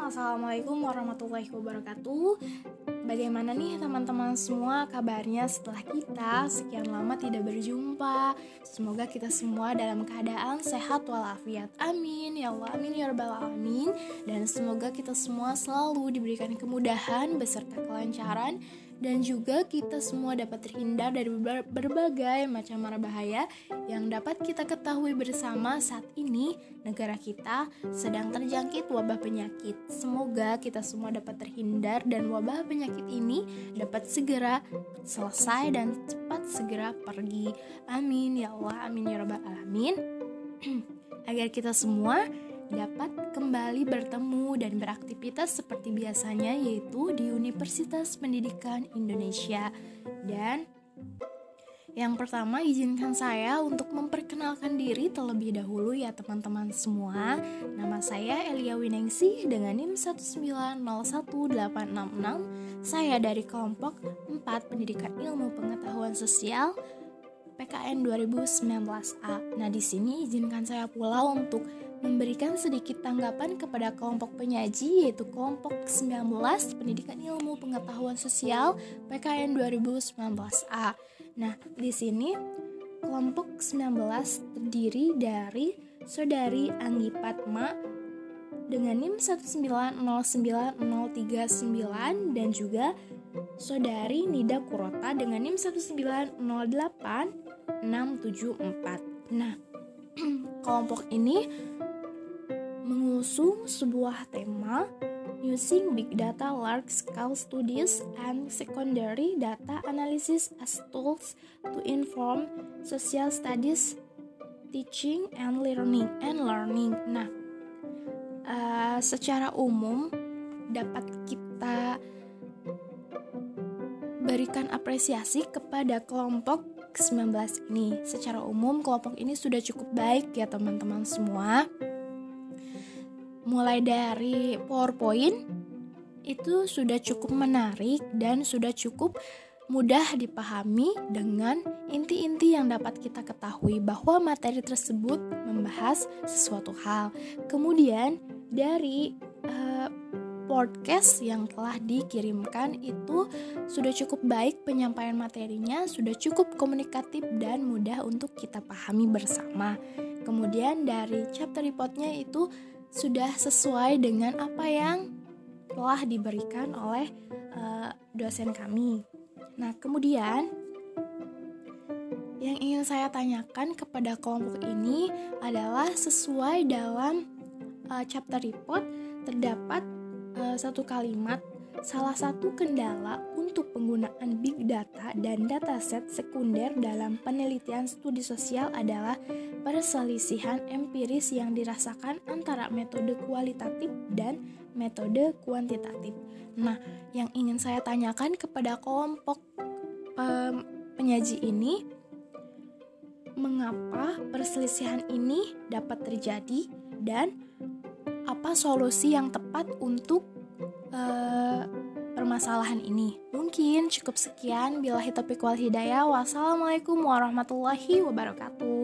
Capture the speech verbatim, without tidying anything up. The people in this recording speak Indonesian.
Assalamualaikum warahmatullahi wabarakatuh. Bagaimana nih teman-teman semua kabarnya setelah kita sekian lama tidak berjumpa? Semoga kita semua dalam keadaan sehat walafiat. Amin ya Allah, amin ya rabbal alamin. Dan semoga kita semua selalu diberikan kemudahan beserta kelancaran, dan juga kita semua dapat terhindar dari berbagai macam mara bahaya yang dapat kita ketahui bersama saat ini negara kita sedang terjangkit wabah penyakit. Semoga kita semua dapat terhindar dan wabah penyakit ini dapat segera selesai dan cepat segera pergi. Amin ya Allah, amin ya rabbal alamin. Agar kita semua dapat kembali bertemu dan beraktivitas seperti biasanya, yaitu di Universitas Pendidikan Indonesia. Dan yang pertama, izinkan saya untuk memperkenalkan diri terlebih dahulu ya teman-teman semua. Nama saya Elia Winingsih dengan NIM satu sembilan nol satu delapan enam enam. Saya dari kelompok empat Pendidikan Ilmu Pengetahuan Sosial P K N dua ribu sembilan belas A. Nah, di sini izinkan saya pula untuk memberikan sedikit tanggapan kepada kelompok penyaji, yaitu kelompok sembilan belas Pendidikan Ilmu Pengetahuan Sosial P K N dua ribu sembilan belas A. Nah, di sini kelompok sembilan belas terdiri dari Saudari Anggi Padma dengan NIM satu sembilan nol sembilan nol tiga sembilan dan juga Saudari Nida Kurota dengan NIM satu sembilan nol delapan enam tujuh empat. Nah, kelompok ini mengusung sebuah tema Using Big Data Large Scale Studies and Secondary Data Analysis as Tools to Inform Social Studies Teaching and Learning and Learning. Nah, uh, secara umum dapat kita berikan apresiasi kepada kelompok sembilan belas ini. Secara umum kelompok ini sudah cukup baik ya teman-teman semua. Mulai dari PowerPoint itu sudah cukup menarik dan sudah cukup mudah dipahami dengan inti-inti yang dapat kita ketahui bahwa materi tersebut membahas sesuatu hal. Kemudian dari uh, podcast yang telah dikirimkan itu sudah cukup baik penyampaian materinya, sudah cukup komunikatif dan mudah untuk kita pahami bersama. Kemudian dari chapter reportnya itu sudah sesuai dengan apa yang telah diberikan oleh uh, dosen kami. Nah, kemudian yang ingin saya tanyakan kepada kelompok ini adalah sesuai dalam uh, chapter report terdapat uh, satu kalimat, salah satu kendala untuk penggunaan big data dan dataset sekunder dalam penelitian studi sosial adalah perselisihan empiris yang dirasakan antara metode kualitatif dan metode kuantitatif. Nah, yang ingin saya tanyakan kepada kelompok um, penyaji ini, mengapa perselisihan ini dapat terjadi dan apa solusi yang tepat untuk uh, permasalahan ini? Mungkin cukup sekian. Billahi taufiq wal hidayah. Wassalamualaikum warahmatullahi wabarakatuh.